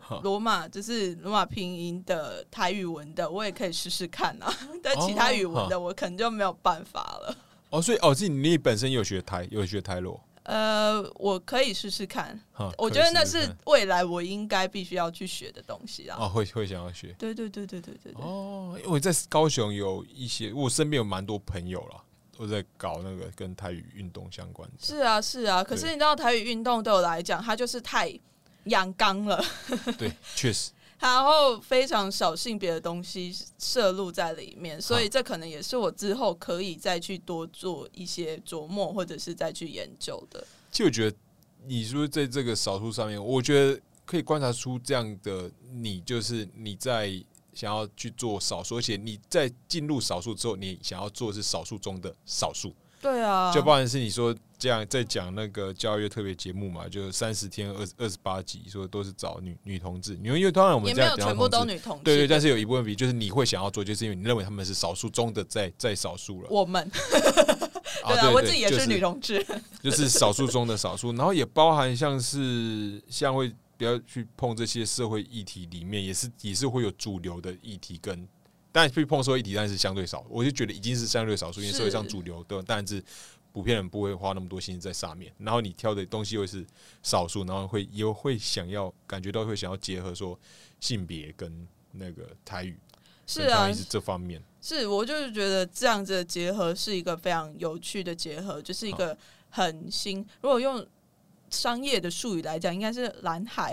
罗马就是罗马拼音的台语文的，我也可以试试看啊。但其他语文的我可能就没有办法了。 所以是你本身有学台罗。 我可以试试看，我觉得那是未来我应该必须要去学的东西啦。 会想要学。 对。 因为我在高雄有一些，我身边有蛮多朋友啦，都在搞那个跟台语运动相关的。 是啊，可是你知道台语运动对我来讲，它就是太阳刚了。 对，确实。 然后非常少性别的东西摄入在里面，所以这可能也是我之后可以再去多做一些琢磨，或者是再去研究的。 其实我觉得你说在这个少数上面，我觉得可以观察出这样的你，就是你在想要去做少数，而且你在进入少数之后，你想要做的是少数中的少数。 对啊， 就包含是你说这样在讲那个教育特别节目嘛，就30天28集，说都是找女同志，因为当然我们也没有全部都女同志， 对，但是有一部分比就是你会想要做，就是因为你认为他们是少数中的在少数了。 我们对啊，我自己也是女同志， 就是少数中的少数，然后也包含像会不要去碰这些社会议题里面，也是会有主流的议题跟。当然去碰社会议题，但是相对少，我就觉得已经是相对少数，因为社会上主流的，当然是普遍人不会花那么多心思在上面。然后你挑的东西又是少数，然后也会想要感觉到会想要结合说性别跟那个台语， 是啊， 是这方面。 是我就是觉得这样子的结合是一个非常有趣的结合，就是一个很新。如果用商业的术语来讲，应该是蓝海，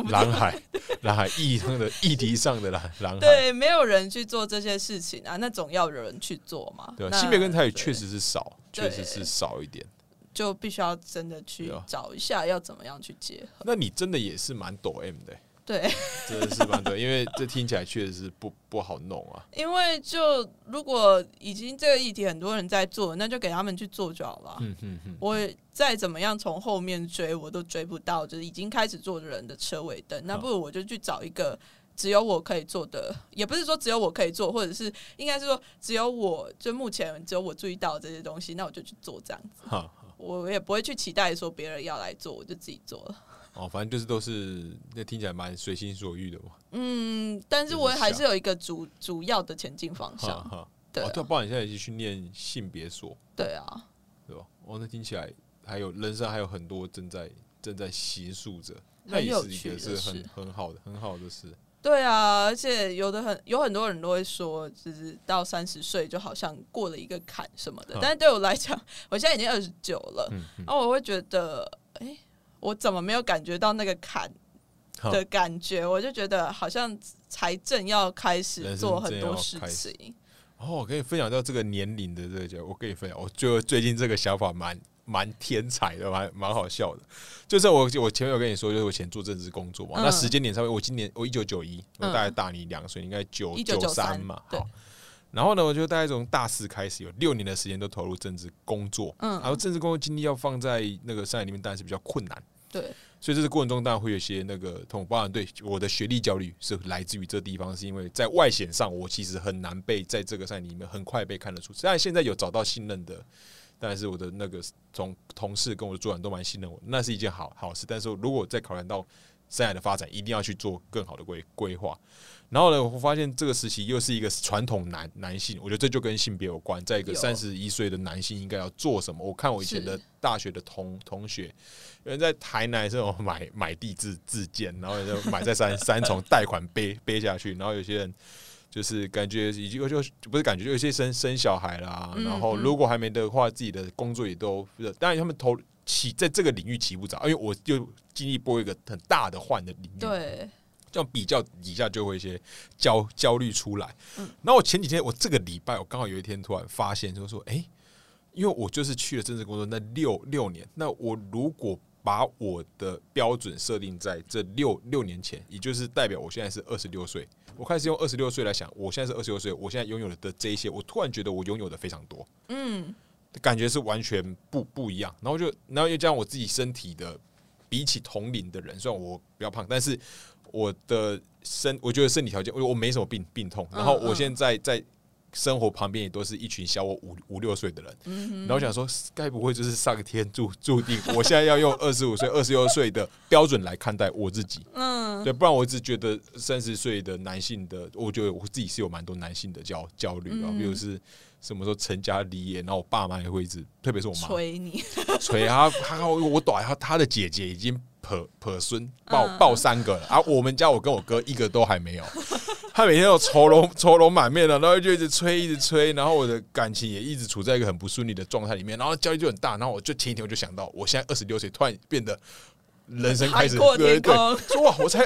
议题上的蓝海。对，没有人去做这些事情啊，那总要有人去做嘛。 对，性别跟台语确实是少，确实是少一点， 就必须要真的去找一下要怎么样去结合。 那你真的也是蛮抖 M 的。 对， 真的是蛮对，因为这听起来确实是不好弄啊。 因为就如果已经这个议题很多人在做，那就给他们去做就好了。我再怎么样从后面追，我都追不到就是已经开始做的人的车尾灯。那不如我就去找一个只有我可以做的，也不是说只有我可以做，或者是应该是说只有我就目前只有我注意到这些东西，那我就去做这样子。我也不会去期待说别人要来做，我就自己做了。 反正就是都是那听起来蛮随心所欲的嘛。 但是我还是有一个主要的前进方向。对， 不然你现在已经去念性别所。 对啊， 对吧？那听起来还有人生还有很多正在形塑着，那也是一个是很好的事。 对啊，而且有很多人都会说，就是到30岁就好像过了一个坎什么的。但是对我来讲，我现在已经29了，然后我会觉得，我怎么没有感觉到那个坎的感觉？我就觉得好像才正要开始做很多事情。 我可以分享到这个年龄的这个角度，我跟你分享，我觉得最近这个想法蛮天才的，蛮好笑的。就是我前面有跟你说，就是我以前做政治工作嘛，那时间点上面，我1991，我大概大你2岁，应该93嘛。好，然后呢，我就大概从大4开始，有6年的时间都投入政治工作。然后政治工作精力要放在那个山里面，当然是比较困难。 对， 所以这个过程中当然会有一些那个包含对我的学历焦虑是来自于这地方，是因为在外显上我其实很难被在这个赛里面很快被看得出。虽然现在有找到信任的，当然是我的那个同事跟我的主管都蛮信任我，那是一件好事。但是如果再考量到生涯的发展，一定要去做更好的规划。然后呢，我发现这个时期又是一个传统男性，我觉得这就跟性别有关。在一个31岁的男性应该要做什么？我看我以前的大学的同学，有人在台南这种买地自建，然后就买在三重贷款背下去，然后有些人就是感觉已经就不是感觉，有些生小孩啦，然后如果还没的话，自己的工作也都当然他们在这个领域起不着，因为我就经历过一个很大的换的领域。 对。 这样比较底下就会一些焦虑出来。然后我前几天，我这个礼拜我刚好有一天突然发现，就是说，因为我就是去了政治工作那六年，那我如果把我的标准设定在这六年前，也就是代表我现在是26岁，我开始用26岁来想，我现在是26岁，我现在拥有的这一些，我突然觉得我拥有的非常多，感觉是完全不一样。然后又加上我自己身体的，比起同龄的人，虽然我比较胖，但是。我觉得身体条件，我没什么病痛。然后我现在在生活旁边也都是一群小我5、6岁的人，然后我想说，该不会就是上天注定，我现在要用25岁、26岁的标准来看待我自己？对，不然我一直觉得30岁的男性的，我觉得我自己是有蛮多男性的焦虑啊，比如是什么时候成家立业，然后我爸妈也会一直，特别是我妈催你， 催我短，他的姐姐已经婆孙抱3个了，我们家我跟我哥一个都还没有。他每天都愁容满面的，然后就一直催，然后我的感情也一直处在一个很不顺利的状态里面，然后焦虑就很大，然后我就前一天我就想到，我现在26岁，突然变得人生开始对， 说哇，我才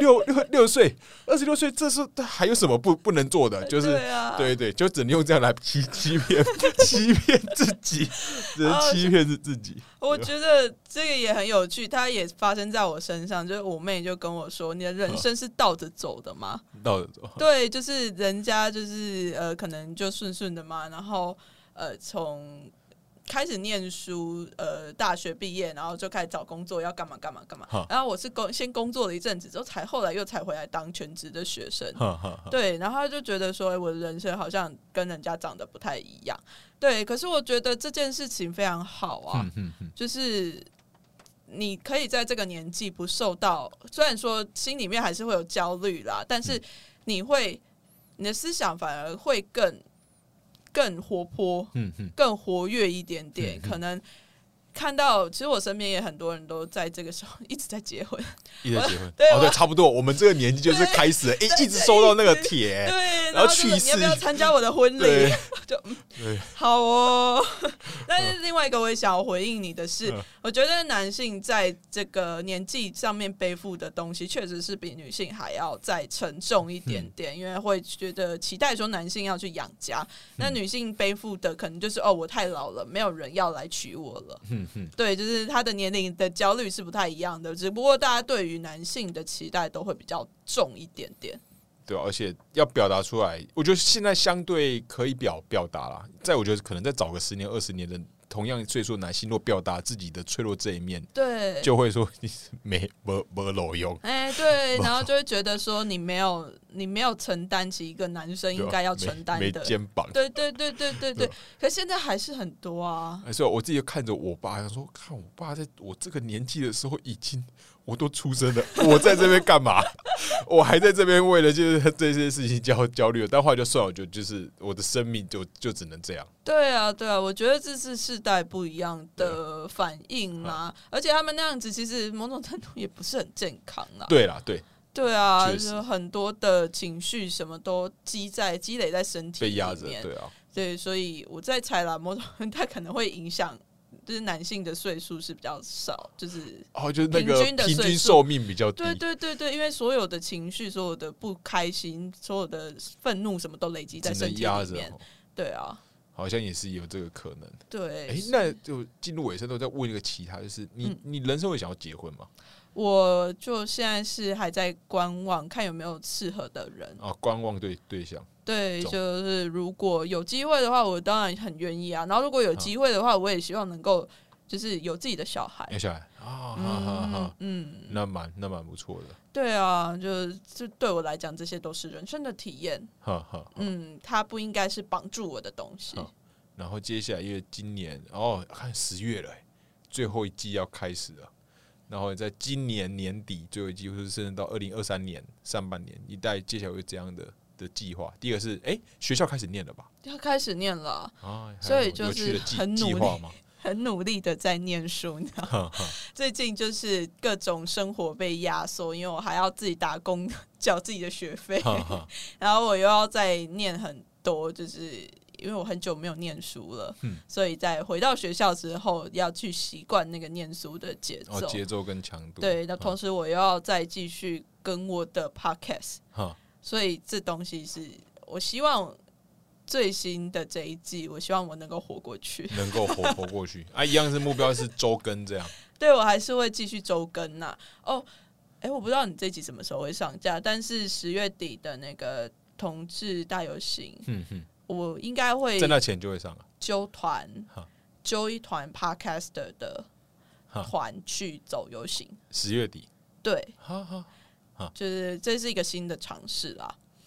26岁，这是还有什么不能做的？就是对，就只能用这样来欺骗自己，只能欺骗自己。 我觉得这个也很有趣，它也发生在我身上。就是我妹就跟我说：“你的人生是倒着走的吗？” 倒着走， 对，就是人家就是可能就顺的嘛，然后从开始念书，大学毕业，然后就开始找工作，要干嘛。然后我是先工作了一阵子，之后后来又才回来当全职的学生。对，然后他就觉得说，我的人生好像跟人家长得不太一样。对，可是我觉得这件事情非常好啊，就是你可以在这个年纪不受到，虽然说心里面还是会有焦虑啦，但是你的思想反而会更活泼，更活跃一点点，可能看到，其实我身边也很多人都在这个时候一直在结婚， 对，差不多，我们这个年纪就是开始，一直收到那个帖， 对， 然后去世， 你要不要参加我的婚礼？就好哦。但是另外一个我也想要回应你的是，我觉得男性在这个年纪上面背负的东西，确实是比女性还要再沉重一点点，因为会觉得期待说男性要去养家，那女性背负的可能就是我太老了，没有人要来娶我了。对，就是他的年龄的焦虑是不太一样的，只不过大家对于男性的期待都会比较重一点点。 对，而且要表达出来，我觉得现在相对可以表达啦。我觉得可能再早个10年、20年的同样岁数的男性，若表达自己的脆弱这一面， 对， 就会说你没路用。 对，然后就会觉得说你没有承担起一个男生应该要承担的， 没肩膀。 对。可是现在还是很多啊。 所以我自己就看着我爸，想说，看我爸在我这个年纪的时候我都出生了，我在这边干嘛？我还在这边为了就是这些事情焦虑，但后来就算了，就是我的生命就只能这样。 对啊，我觉得这是世代不一样的反应啦，而且他们那样子其实某种程度也不是很健康啦。对啊，就是很多的情绪什么都积累在身体里面，被压着。对，所以我在猜啦，某种它可能会影响。就是男性的岁数是比较少，就是那个平均寿命比较低。 对，因为所有的情绪、所有的不开心、所有的愤怒什么都累积在身体里面。对啊， 好像也是有这个可能。 对， 那就进入尾声都在问一个其他，就是你人生会想要结婚吗？ 我就现在是还在观望，看有没有适合的人观望对象。对， 就是如果有机会的话，我当然很愿意啊。然后如果有机会的话，我也希望能够就是有自己的小孩。 有小孩那蛮不错的。 对啊，就对我来讲，这些都是人生的体验。它不应该是绑住我的东西。 然后接下来因为今年看10月了，最后一季要开始了。然后在今年年底最后一季，或是甚至到2023年上半年，接下来会这样的计划。第一个是学校开始念了吧？ 要开始念了所以就是很努力的在念书。最近就是各种生活被压缩，因为我还要自己打工缴自己的学费，然后我又要再念很多，就是因为我很久没有念书了，所以在回到学校之后要去习惯那个念书的节奏跟强度。 对，那同时我又要再继续跟我的 podcast，所以这东西是我希望最新的这一季，我希望我能够活过去， 能够活过去一样是目标是周更这样。 对，我还是会继续周更呐。我不知道你这一集什么时候会上架，但是10月底的那个同志大游行，我应该会在那前就会上了， 揪一团 podcaster 的团去走游行。 10月底， 对，就是这是一个新的尝试啦。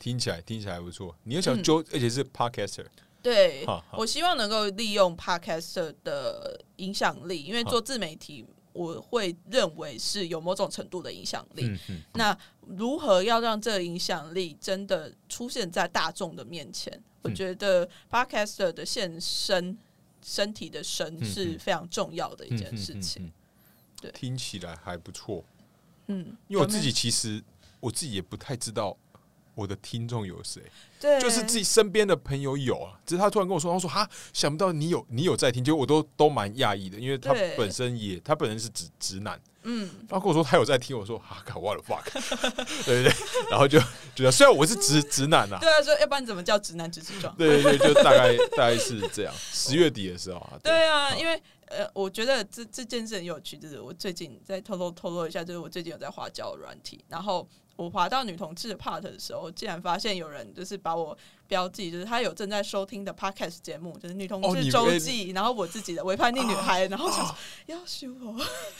听起来不错。你要想而且是 podcaster。 对，我希望能够利用 podcaster 的影响力，因为做自媒体，我会认为是有某种程度的影响力。那如何要让这个影响力真的出现在大众的面前？我觉得 podcaster 的现身，身体的身是非常重要的一件事情。对， 听起来还不错。因为我自己其实我自己也不太知道我的听众有谁， 对， 就是自己身边的朋友有啊，只是他突然跟我说，他说哈，想不到你有在听，就我都蛮讶异的，因为他本身是直男，他跟我说他有在听，我说哈，what the fuck， 对，然后就觉得虽然我是直男啊， 对啊，说要不然怎么叫直男直直撞？ 对，就大概是这样。10月底的时候啊， 对啊，因为我觉得这件事很有趣，就是我最近再透露一下，就是我最近有在滑交友软体，然后我滑到女同志的 part 的时候，竟然发现有人就是把我标记，就是他有正在收听的 podcast 节目，就是女同志周记，然后我自己的微叛逆女孩，然后想说要羞我，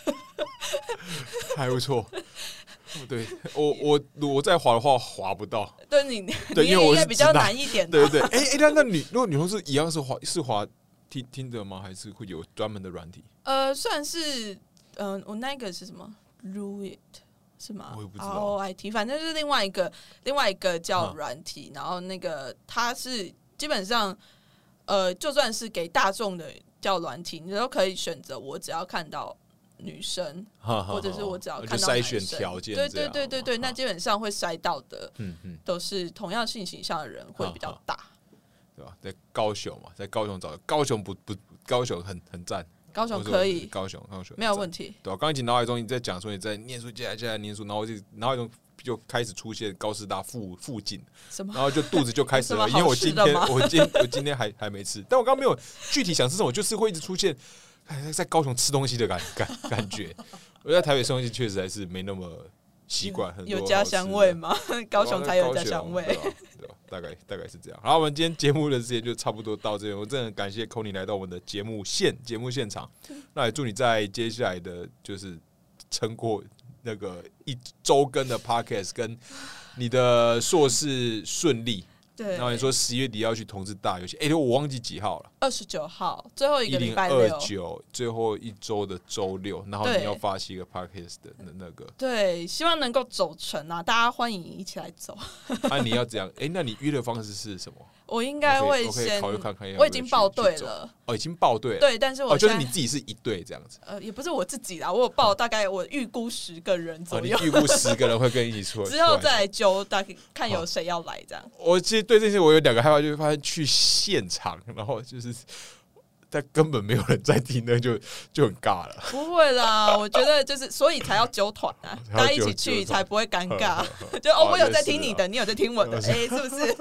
还不错。对，我在滑的话滑不到， 对你因为我是比较难一点的。 对，那如果女同志一样是滑听的吗？还是会有专门的软体？ 算是我那个是什么 Ruit 是吗？ 我也不知道 ROIT， 反正就是另外一个叫软体，然后那个它是基本上就算是给大众的叫软体，你都可以选择我只要看到女生，或者是我只要看到男生， 就筛选条件， 对，那基本上会筛到的，都是同样性倾向的人会比较大， 对吧？在高雄嘛，在高雄找高雄高雄很赞。 高雄可以， 高雄没有问题。 对，刚刚脑海中你在讲说你在念书，接下来念书，然后脑海中就开始出现高师大附近，然后就肚子就开始了，因为我今天还没吃，但我刚刚没有具体想吃什么，就是会一直出现在高雄吃东西的感觉。我在台北吃东西确实还是没那么习惯，很多有家乡味吗？高雄才有家乡味， 对吧？大概是这样。好，我们今天节目的时间就差不多到这边。我真的很感谢 Connie 来到我们的节目现场。那也祝你在接下来的，就是撑过那个1周更的 podcast， 跟你的硕士顺利。 对。 然后你说11月底要去同志大游行，我忘记几号了 ？29号，最后一个礼拜六 ，1029，最后一周的周六，然后你要发起一个 podcast 的那个。 对，希望能够走成啊！大家欢迎一起来走。 你要怎样？那你约的方式是什么？ 我应该会先考虑看看， 我已经报队了。 已经报队了。 对，但是我就是你自己是一队这样子。 也不是我自己啦，我有报大概我预估10个人左右。 你预估10个人会跟你一起出来， 之后再来揪，大概看有谁要来这样。 我其实对这些我有2个害怕，就是发现去现场，然后就是但根本没有人在听呢，就很尬了。 不会啦，我觉得就是所以才要揪团啊，大家一起去才不会尴尬。就我有在听你的，你有在听我的，是不是？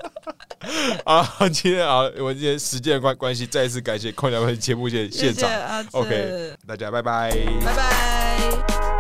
今天我今天时间的关系，再一次感谢Connie来节目现场。 谢谢 OK， 大家拜拜， 拜拜。